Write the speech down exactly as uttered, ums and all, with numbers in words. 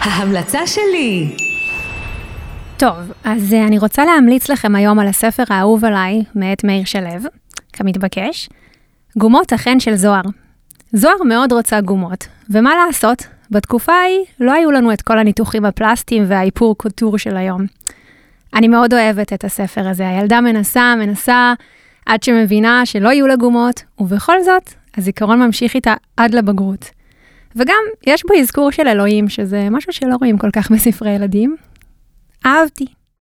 ההמלצה שלי. טוב, אז אני רוצה להמליץ לכם היום על הספר האהוב עליי, מאת מאיר שלו, כמתבקש, גומות החן של זוהר. זוהר מאוד רוצה גומות, ומה לעשות? בתקופה ההיא לא היו לנו את כל הניתוחים הפלסטיים והאיפור קוטור של היום. אני מאוד אוהבת את הספר הזה, הילדה מנסה, מנסה, עד שמבינה שלא יהיו לה גומות, ובכל זאת, הזיכרון ממשיך איתה עד לבגרות. וגם יש בו אזכור של אלוהים, שזה משהו שלא רואים כל כך בספרי ילדים. אהבתי.